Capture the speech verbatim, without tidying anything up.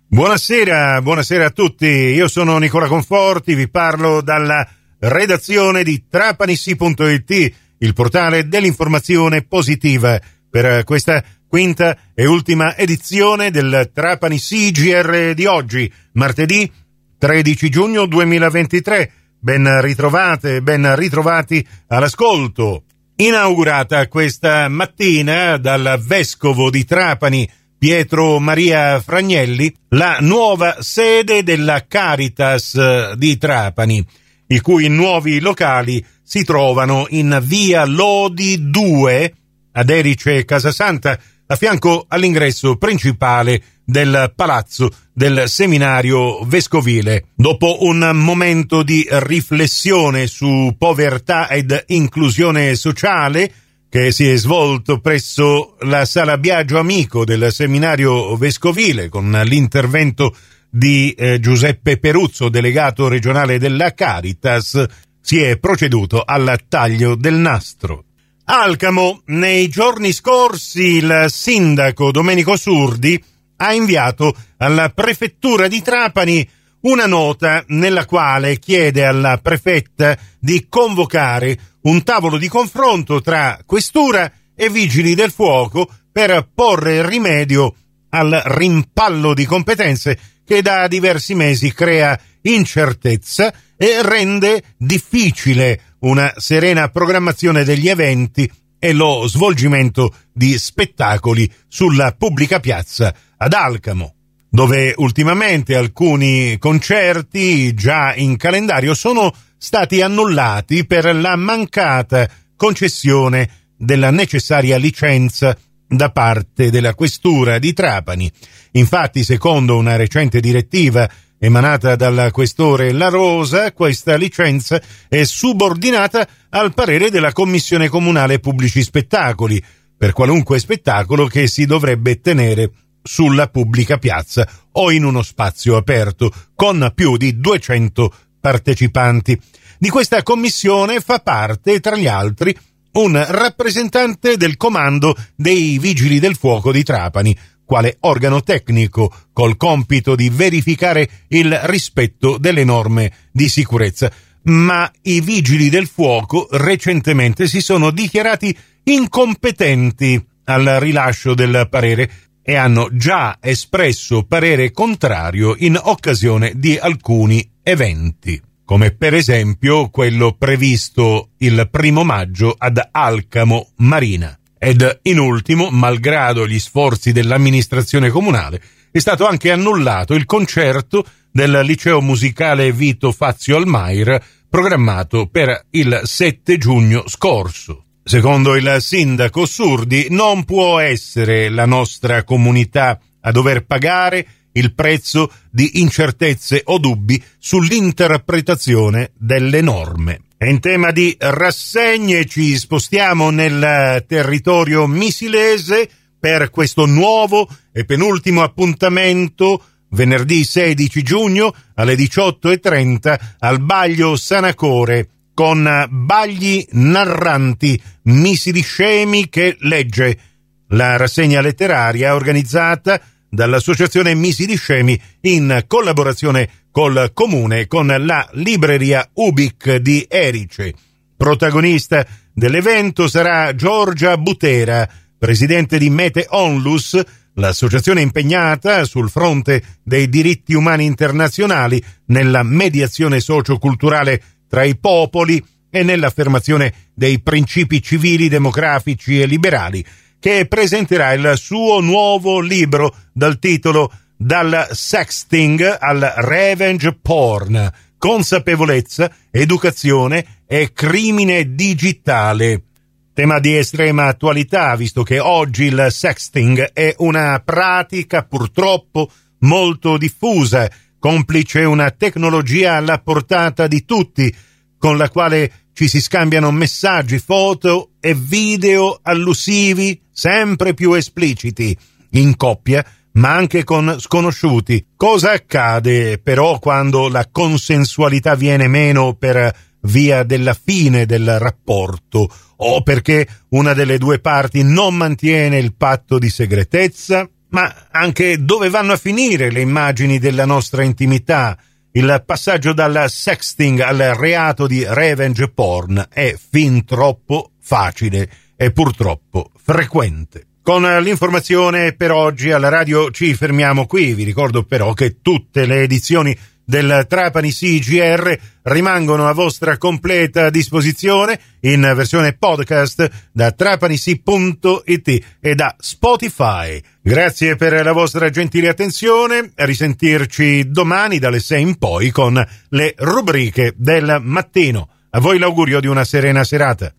Buonasera, buonasera a tutti. Io sono Nicola Conforti, vi parlo dalla redazione di Trapanissi punto it, il portale dell'informazione positiva, per questa quinta e ultima edizione del Trapanissi G R di oggi, martedì tredici giugno duemilaventitré. Ben ritrovate, ben ritrovati all'ascolto. Inaugurata questa mattina dal vescovo di Trapani, Pietro Maria Fragnelli, la nuova sede della Caritas di Trapani, i cui nuovi locali si trovano in via Lodi due, ad Erice Casasanta, a fianco all'ingresso principale del palazzo del seminario vescovile. Dopo un momento di riflessione su povertà ed inclusione sociale, che si è svolto presso la Sala Biagio Amico del seminario vescovile con l'intervento di eh, Giuseppe Peruzzo, delegato regionale della Caritas, si è proceduto al taglio del nastro. Alcamo, nei giorni scorsi il sindaco Domenico Surdi ha inviato alla prefettura di Trapani una nota nella quale chiede alla prefetta di convocare un tavolo di confronto tra questura e vigili del fuoco per porre rimedio al rimpallo di competenze che da diversi mesi crea incertezza e rende difficile una serena programmazione degli eventi e lo svolgimento di spettacoli sulla pubblica piazza ad Alcamo, dove ultimamente alcuni concerti già in calendario sono stati annullati per la mancata concessione della necessaria licenza da parte della questura di Trapani. Infatti, secondo una recente direttiva emanata dal questore La Rosa, questa licenza è subordinata al parere della Commissione Comunale Pubblici Spettacoli per qualunque spettacolo che si dovrebbe tenere sulla pubblica piazza o in uno spazio aperto con più di duecento partecipanti. Di questa commissione fa parte, tra gli altri, un rappresentante del comando dei Vigili del Fuoco di Trapani, quale organo tecnico col compito di verificare il rispetto delle norme di sicurezza. Ma i Vigili del Fuoco recentemente si sono dichiarati incompetenti al rilascio del parere e hanno già espresso parere contrario in occasione di alcuni eventi, come per esempio quello previsto il primo maggio ad Alcamo Marina. Ed in ultimo, malgrado gli sforzi dell'amministrazione comunale, è stato anche annullato il concerto del liceo musicale Vito Fazio Almair programmato per il sette giugno scorso. Secondo il sindaco Surdi, non può essere la nostra comunità a dover pagare il prezzo di incertezze o dubbi sull'interpretazione delle norme. E in tema di rassegne ci spostiamo nel territorio misilese per questo nuovo e penultimo appuntamento venerdì sedici giugno alle diciotto e trenta al Baglio Sanacore con Bagli narranti misili scemi che legge, la rassegna letteraria organizzata dall'associazione Misili Scemi in collaborazione col comune con la libreria Ubic di Erice. Protagonista dell'evento sarà Giorgia Butera, presidente di Mete Onlus, l'associazione impegnata sul fronte dei diritti umani internazionali, nella mediazione socioculturale tra i popoli e nell'affermazione dei principi civili, demografici e liberali, che presenterà il suo nuovo libro dal titolo Dal sexting al revenge porn, consapevolezza, educazione e crimine digitale. Tema di estrema attualità, visto che oggi il sexting è una pratica purtroppo molto diffusa, complice una tecnologia alla portata di tutti, con la quale ci si scambiano messaggi, foto e video allusivi sempre più espliciti, in coppia, ma anche con sconosciuti. Cosa accade però quando la consensualità viene meno per via della fine del rapporto o perché una delle due parti non mantiene il patto di segretezza? ma anche dove vanno a finire le immagini della nostra intimità. Il passaggio dal sexting al reato di revenge porn è fin troppo facile e purtroppo frequente. Con l'informazione per oggi alla radio ci fermiamo qui. Vi ricordo però che tutte le edizioni del Trapani C G R rimangono a vostra completa disposizione in versione podcast da trapanic punto it e da Spotify. Grazie per la vostra gentile attenzione, a risentirci domani dalle sei in poi con le rubriche del mattino. A voi l'augurio di una serena serata.